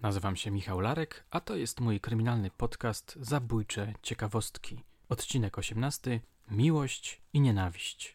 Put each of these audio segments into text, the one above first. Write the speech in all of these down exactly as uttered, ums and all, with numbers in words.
Nazywam się Michał Larek, a to jest mój kryminalny podcast Zabójcze Ciekawostki. Odcinek osiemnasty. Miłość i nienawiść.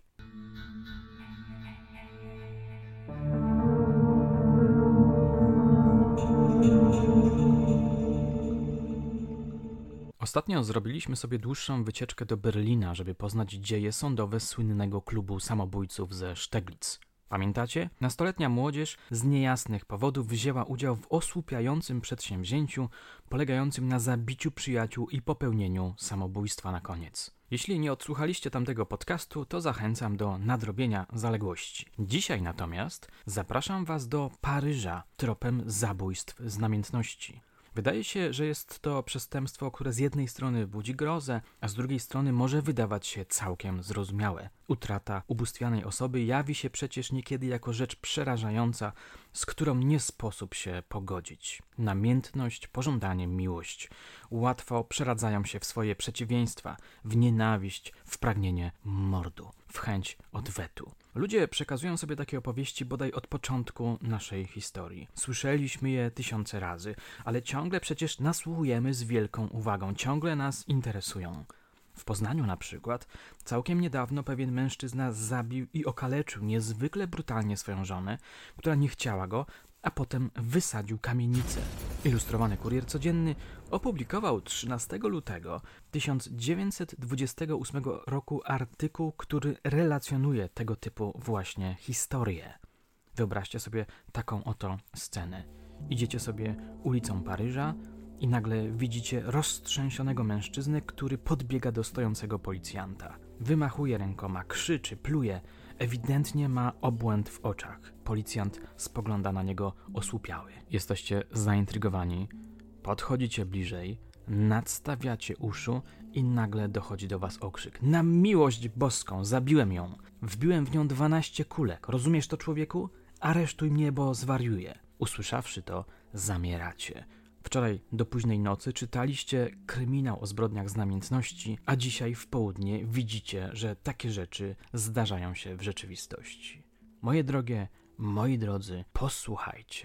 Ostatnio zrobiliśmy sobie dłuższą wycieczkę do Berlina, żeby poznać dzieje sądowe słynnego klubu samobójców ze Steglitz. Pamiętacie? Nastoletnia młodzież z niejasnych powodów wzięła udział w osłupiającym przedsięwzięciu polegającym na zabiciu przyjaciół i popełnieniu samobójstwa na koniec. Jeśli nie odsłuchaliście tamtego podcastu, to zachęcam do nadrobienia zaległości. Dzisiaj natomiast zapraszam Was do Paryża tropem zabójstw z namiętności. Wydaje się, że jest to przestępstwo, które z jednej strony budzi grozę, a z drugiej strony może wydawać się całkiem zrozumiałe. Utrata ubóstwianej osoby jawi się przecież niekiedy jako rzecz przerażająca, z którą nie sposób się pogodzić. Namiętność, pożądanie, miłość łatwo przeradzają się w swoje przeciwieństwa, w nienawiść, w pragnienie mordu, w chęć odwetu. Ludzie przekazują sobie takie opowieści bodaj od początku naszej historii. Słyszeliśmy je tysiące razy, ale ciągle przecież nasłuchujemy z wielką uwagą, ciągle nas interesują. W Poznaniu na przykład całkiem niedawno pewien mężczyzna zabił i okaleczył niezwykle brutalnie swoją żonę, która nie chciała go, a potem wysadził kamienicę. Ilustrowany Kurier Codzienny opublikował trzynastego lutego tysiąc dziewięćset dwudziestego ósmego roku artykuł, który relacjonuje tego typu właśnie historie. Wyobraźcie sobie taką oto scenę. Idziecie sobie ulicą Paryża i nagle widzicie roztrzęsionego mężczyznę, który podbiega do stojącego policjanta. Wymachuje rękoma, krzyczy, pluje. Ewidentnie ma obłęd w oczach. Policjant spogląda na niego osłupiały. Jesteście zaintrygowani, podchodzicie bliżej, nadstawiacie uszu i nagle dochodzi do was okrzyk. Na miłość boską, zabiłem ją. Wbiłem w nią dwanaście kulek. Rozumiesz to, człowieku? Aresztuj mnie, bo zwariuję. Usłyszawszy to, zamieracie. Wczoraj do późnej nocy czytaliście kryminał o zbrodniach z namiętności, a dzisiaj w południe widzicie, że takie rzeczy zdarzają się w rzeczywistości. Moje drogie, moi drodzy, posłuchajcie.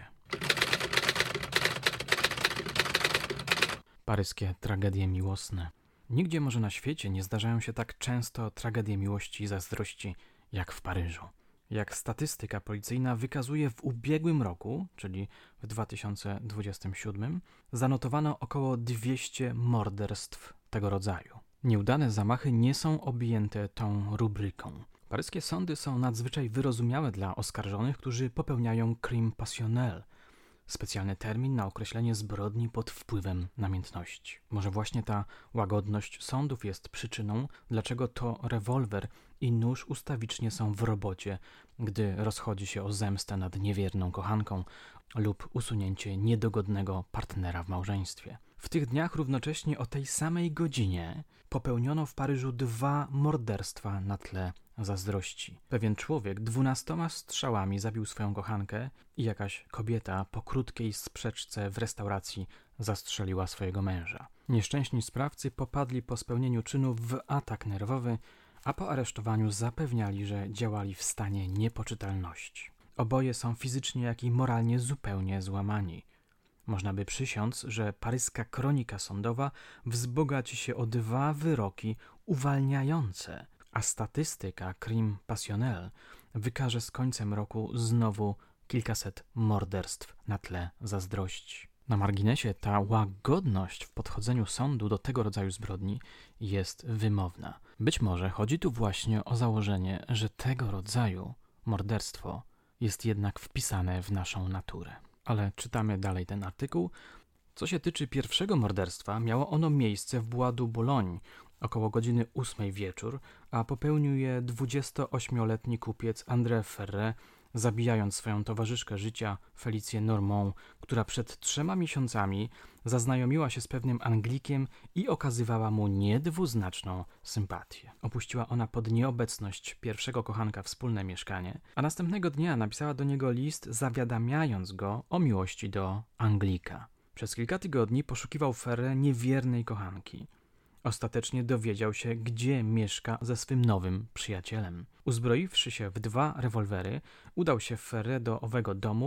Paryskie tragedie miłosne. Nigdzie może na świecie nie zdarzają się tak często tragedie miłości i zazdrości jak w Paryżu. Jak statystyka policyjna wykazuje, w ubiegłym roku, czyli w dwa tysiące dwudziestym siódmym, zanotowano około dwieście morderstw tego rodzaju. Nieudane zamachy nie są objęte tą rubryką. Paryskie sądy są nadzwyczaj wyrozumiałe dla oskarżonych, którzy popełniają crime passionnel, specjalny termin na określenie zbrodni pod wpływem namiętności. Może właśnie ta łagodność sądów jest przyczyną, dlaczego to rewolwer i nóż ustawicznie są w robocie, gdy rozchodzi się o zemstę nad niewierną kochanką lub usunięcie niedogodnego partnera w małżeństwie. W tych dniach równocześnie o tej samej godzinie popełniono w Paryżu dwa morderstwa na tle zazdrości. Pewien człowiek dwunastoma strzałami zabił swoją kochankę i jakaś kobieta po krótkiej sprzeczce w restauracji zastrzeliła swojego męża. Nieszczęśni sprawcy popadli po spełnieniu czynu w atak nerwowy, a po aresztowaniu zapewniali, że działali w stanie niepoczytalności. Oboje są fizycznie, jak i moralnie zupełnie złamani. Można by przysiąc, że paryska kronika sądowa wzbogaci się o dwa wyroki uwalniające, a statystyka crime passionnel wykaże z końcem roku znowu kilkaset morderstw na tle zazdrości. Na marginesie ta łagodność w podchodzeniu sądu do tego rodzaju zbrodni jest wymowna. Być może chodzi tu właśnie o założenie, że tego rodzaju morderstwo jest jednak wpisane w naszą naturę. Ale czytamy dalej ten artykuł. Co się tyczy pierwszego morderstwa, miało ono miejsce w Bois du Boulogne około godziny ósmej wieczór, a popełnił je dwudziestoośmioletni kupiec André Ferré, zabijając swoją towarzyszkę życia Felicję Normand, która przed trzema miesiącami zaznajomiła się z pewnym Anglikiem i okazywała mu niedwuznaczną sympatię. Opuściła ona pod nieobecność pierwszego kochanka wspólne mieszkanie, a następnego dnia napisała do niego list, zawiadamiając go o miłości do Anglika. Przez kilka tygodni poszukiwał Ferré niewiernej kochanki. Ostatecznie dowiedział się, gdzie mieszka ze swym nowym przyjacielem. Uzbroiwszy się w dwa rewolwery, udał się Ferré do owego domu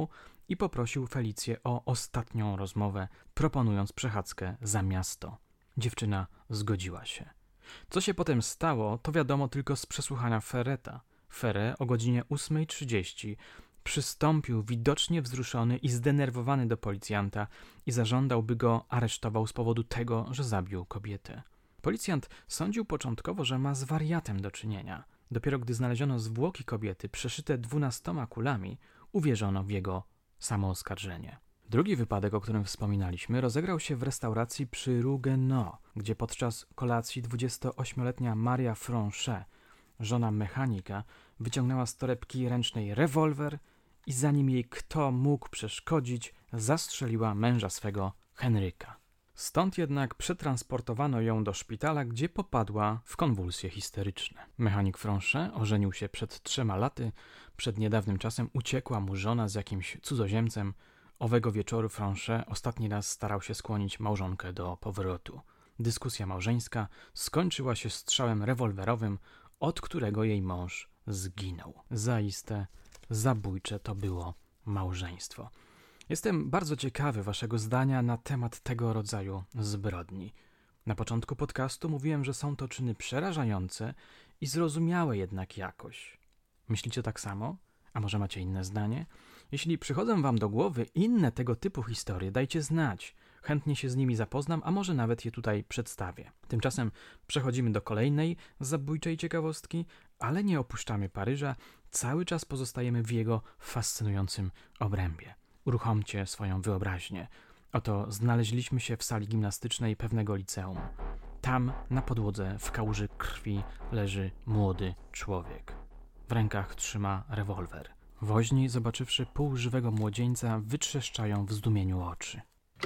i poprosił Felicję o ostatnią rozmowę, proponując przechadzkę za miasto. Dziewczyna zgodziła się. Co się potem stało, to wiadomo tylko z przesłuchania Ferreta. Ferre o godzinie ósmej trzydzieści przystąpił widocznie wzruszony i zdenerwowany do policjanta i zażądał, by go aresztował z powodu tego, że zabił kobietę. Policjant sądził początkowo, że ma z wariatem do czynienia. Dopiero gdy znaleziono zwłoki kobiety przeszyte dwunastoma kulami, uwierzono w jego samooskarżenie. Drugi wypadek, o którym wspominaliśmy, rozegrał się w restauracji przy Rue Guénot, gdzie podczas kolacji dwudziestoośmioletnia Maria Franchet, żona mechanika, wyciągnęła z torebki ręcznej rewolwer i zanim jej kto mógł przeszkodzić, zastrzeliła męża swego, Henryka. Stąd jednak przetransportowano ją do szpitala, gdzie popadła w konwulsje histeryczne. Mechanik Franchet ożenił się przed trzema laty, przed niedawnym czasem uciekła mu żona z jakimś cudzoziemcem. Owego wieczoru Franchet ostatni raz starał się skłonić małżonkę do powrotu. Dyskusja małżeńska skończyła się strzałem rewolwerowym, od którego jej mąż zginął. Zaiste zabójcze to było małżeństwo. Jestem bardzo ciekawy waszego zdania na temat tego rodzaju zbrodni. Na początku podcastu mówiłem, że są to czyny przerażające i zrozumiałe jednak jakoś. Myślicie tak samo? A może macie inne zdanie? Jeśli przychodzą wam do głowy inne tego typu historie, dajcie znać. Chętnie się z nimi zapoznam, a może nawet je tutaj przedstawię. Tymczasem przechodzimy do kolejnej zabójczej ciekawostki, ale nie opuszczamy Paryża, cały czas pozostajemy w jego fascynującym obrębie. Uruchomcie swoją wyobraźnię. Oto znaleźliśmy się w sali gimnastycznej pewnego liceum. Tam na podłodze w kałuży krwi leży młody człowiek. W rękach trzyma rewolwer. Woźni, zobaczywszy półżywego młodzieńca, wytrzeszczają w zdumieniu oczy.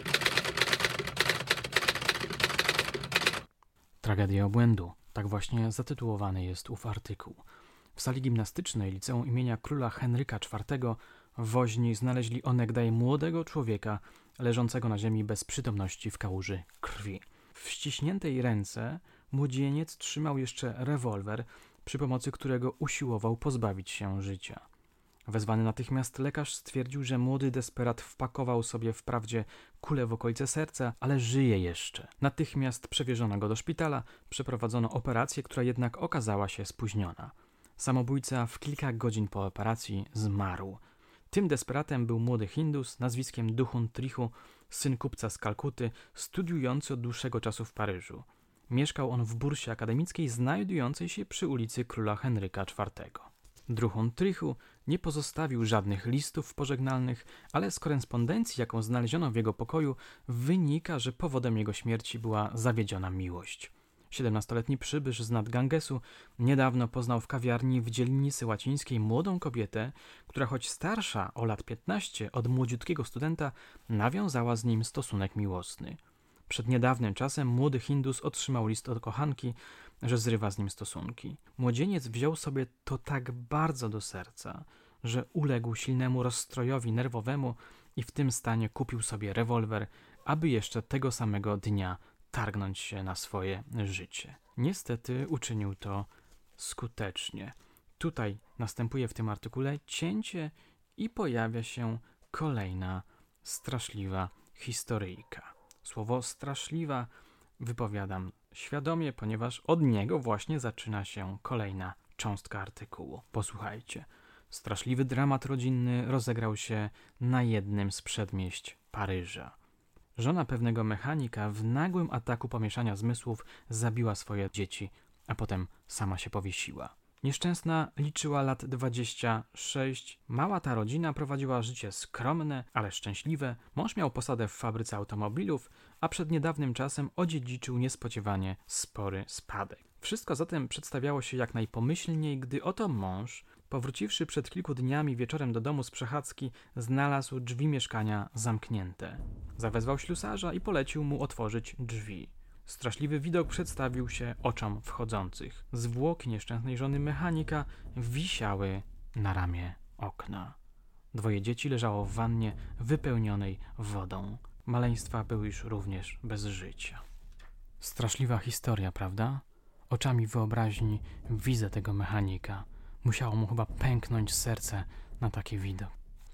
Tragedia obłędu. Tak właśnie zatytułowany jest ów artykuł. W sali gimnastycznej liceum imienia króla Henryka czwartego woźni znaleźli onegdaj młodego człowieka leżącego na ziemi bez przytomności w kałuży krwi. W ściśniętej ręce młodzieniec trzymał jeszcze rewolwer, przy pomocy którego usiłował pozbawić się życia. Wezwany natychmiast lekarz stwierdził, że młody desperat wpakował sobie wprawdzie kulę w okolice serca, ale żyje jeszcze. Natychmiast przewieziono go do szpitala, przeprowadzono operację, która jednak okazała się spóźniona. Samobójca w kilka godzin po operacji zmarł. Tym desperatem był młody Hindus nazwiskiem Duchun Trichu, syn kupca z Kalkuty, studiujący od dłuższego czasu w Paryżu. Mieszkał on w bursie akademickiej znajdującej się przy ulicy Króla Henryka czwartego. Duchun Trichu nie pozostawił żadnych listów pożegnalnych, ale z korespondencji, jaką znaleziono w jego pokoju, wynika, że powodem jego śmierci była zawiedziona miłość. Siedemnastoletni przybysz z nad Gangesu niedawno poznał w kawiarni w dzielnicy łacińskiej młodą kobietę, która choć starsza o lat piętnaście od młodziutkiego studenta, nawiązała z nim stosunek miłosny. Przed niedawnym czasem młody Hindus otrzymał list od kochanki, że zrywa z nim stosunki. Młodzieniec wziął sobie to tak bardzo do serca, że uległ silnemu rozstrojowi nerwowemu i w tym stanie kupił sobie rewolwer, aby jeszcze tego samego dnia targnąć się na swoje życie. Niestety uczynił to skutecznie. Tutaj następuje w tym artykule cięcie i pojawia się kolejna straszliwa historyjka. Słowo straszliwa wypowiadam świadomie, ponieważ od niego właśnie zaczyna się kolejna cząstka artykułu. Posłuchajcie. Straszliwy dramat rodzinny rozegrał się na jednym z przedmieść Paryża. Żona pewnego mechanika w nagłym ataku pomieszania zmysłów zabiła swoje dzieci, a potem sama się powiesiła. Nieszczęsna liczyła lat dwadzieścia sześć. Mała ta rodzina prowadziła życie skromne, ale szczęśliwe. Mąż miał posadę w fabryce automobilów, a przed niedawnym czasem odziedziczył niespodziewanie spory spadek. Wszystko zatem przedstawiało się jak najpomyślniej, gdy oto mąż, powróciwszy przed kilku dniami wieczorem do domu z przechadzki, znalazł drzwi mieszkania zamknięte. Zawezwał ślusarza i polecił mu otworzyć drzwi. Straszliwy widok przedstawił się oczom wchodzących. Zwłoki nieszczęsnej żony mechanika wisiały na ramię okna. Dwoje dzieci leżało w wannie wypełnionej wodą. Maleństwa były już również bez życia. Straszliwa historia, prawda? Oczami wyobraźni widzę tego mechanika. Musiało mu chyba pęknąć serce na taki widok.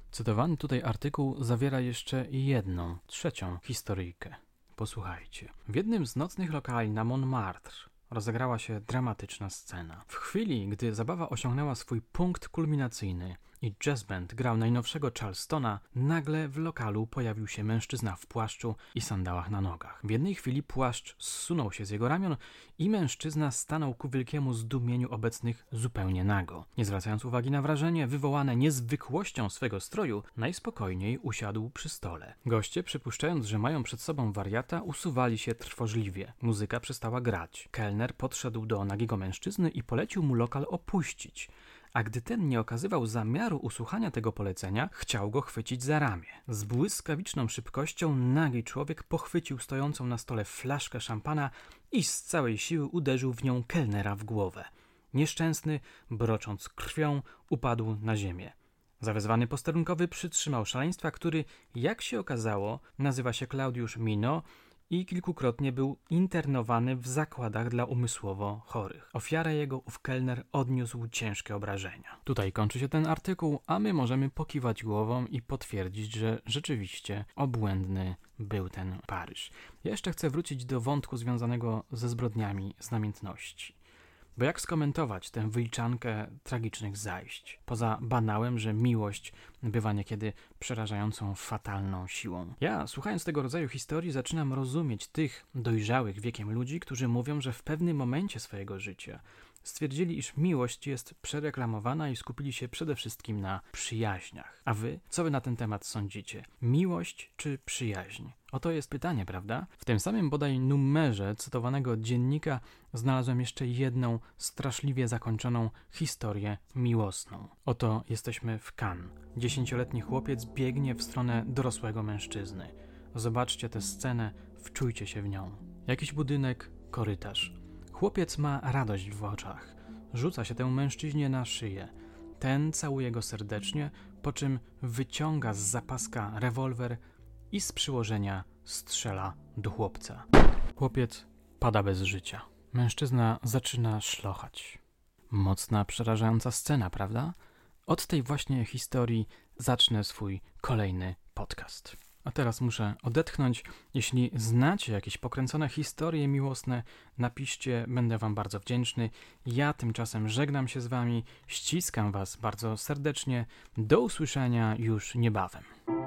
Cytowany tutaj artykuł zawiera jeszcze jedną, trzecią historyjkę. Posłuchajcie. W jednym z nocnych lokali na Montmartre rozegrała się dramatyczna scena. W chwili, gdy zabawa osiągnęła swój punkt kulminacyjny i jazz band grał najnowszego Charlestona, nagle w lokalu pojawił się mężczyzna w płaszczu i sandałach na nogach. W jednej chwili płaszcz zsunął się z jego ramion i mężczyzna stanął ku wielkiemu zdumieniu obecnych zupełnie nago. Nie zwracając uwagi na wrażenie wywołane niezwykłością swego stroju, najspokojniej usiadł przy stole. Goście, przypuszczając, że mają przed sobą wariata, usuwali się trwożliwie. Muzyka przestała grać. Kelner podszedł do nagiego mężczyzny i polecił mu lokal opuścić. A gdy ten nie okazywał zamiaru usłuchania tego polecenia, chciał go chwycić za ramię. Z błyskawiczną szybkością nagi człowiek pochwycił stojącą na stole flaszkę szampana i z całej siły uderzył w nią kelnera w głowę. Nieszczęsny, brocząc krwią, upadł na ziemię. Zawezwany posterunkowy przytrzymał szaleństwa, który, jak się okazało, nazywa się Claudiusz Mino i kilkukrotnie był internowany w zakładach dla umysłowo chorych. Ofiarę jego ów kelner odniósł ciężkie obrażenia. Tutaj kończy się ten artykuł, a my możemy pokiwać głową i potwierdzić, że rzeczywiście obłędny był ten Paryż. Ja jeszcze chcę wrócić do wątku związanego ze zbrodniami z namiętności. Bo jak skomentować tę wyliczankę tragicznych zajść? Poza banałem, że miłość bywa niekiedy przerażającą, fatalną siłą. Ja, słuchając tego rodzaju historii, zaczynam rozumieć tych dojrzałych wiekiem ludzi, którzy mówią, że w pewnym momencie swojego życia stwierdzili, iż miłość jest przereklamowana i skupili się przede wszystkim na przyjaźniach. A wy, co wy na ten temat sądzicie? Miłość czy przyjaźń? Oto jest pytanie, prawda? W tym samym bodaj numerze cytowanego dziennika znalazłem jeszcze jedną straszliwie zakończoną historię miłosną. Oto jesteśmy w Cannes. Dziesięcioletni chłopiec biegnie w stronę dorosłego mężczyzny. Zobaczcie tę scenę, wczujcie się w nią. Jakiś budynek, korytarz. Chłopiec ma radość w oczach. Rzuca się temu mężczyźnie na szyję. Ten całuje go serdecznie, po czym wyciąga z zapaska rewolwer i z przyłożenia strzela do chłopca. Chłopiec pada bez życia. Mężczyzna zaczyna szlochać. Mocna, przerażająca scena, prawda? Od tej właśnie historii zacznę swój kolejny podcast. A teraz muszę odetchnąć. Jeśli znacie jakieś pokręcone historie miłosne, napiszcie, będę wam bardzo wdzięczny. Ja tymczasem żegnam się z wami, ściskam was bardzo serdecznie. Do usłyszenia już niebawem.